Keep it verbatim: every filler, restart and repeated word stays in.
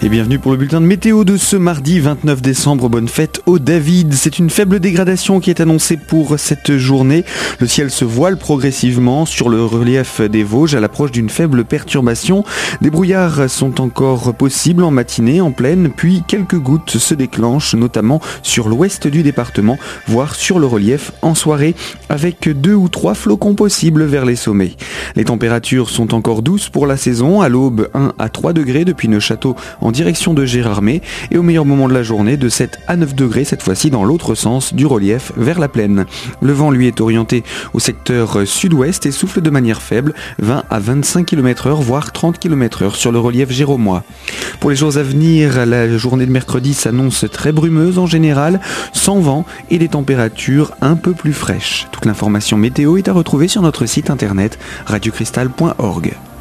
Et bienvenue pour le bulletin de météo de ce mardi vingt-neuf décembre. Bonne fête au David. C'est une faible dégradation qui est annoncée pour cette journée. Le ciel se voile progressivement sur le relief des Vosges à l'approche d'une faible perturbation. Des brouillards sont encore possibles en matinée, en plaine, puis quelques gouttes se déclenchent, notamment sur l'ouest du département, voire sur le relief en soirée, avec deux ou trois flocons possibles vers les sommets. Les températures sont encore douces pour la saison. À l'aube, un à trois degrés depuis Neufchâteau en direction de Gérardmer et au meilleur moment de la journée de sept à neuf degrés, cette fois-ci dans l'autre sens du relief vers la plaine. Le vent lui est orienté au secteur sud-ouest et souffle de manière faible, vingt à vingt-cinq kilomètres heure, voire trente kilomètres heure sur le relief géromois. Pour les jours à venir, la journée de mercredi s'annonce très brumeuse en général, sans vent et des températures un peu plus fraîches. Toute l'information météo est à retrouver sur notre site internet radio cristal point org.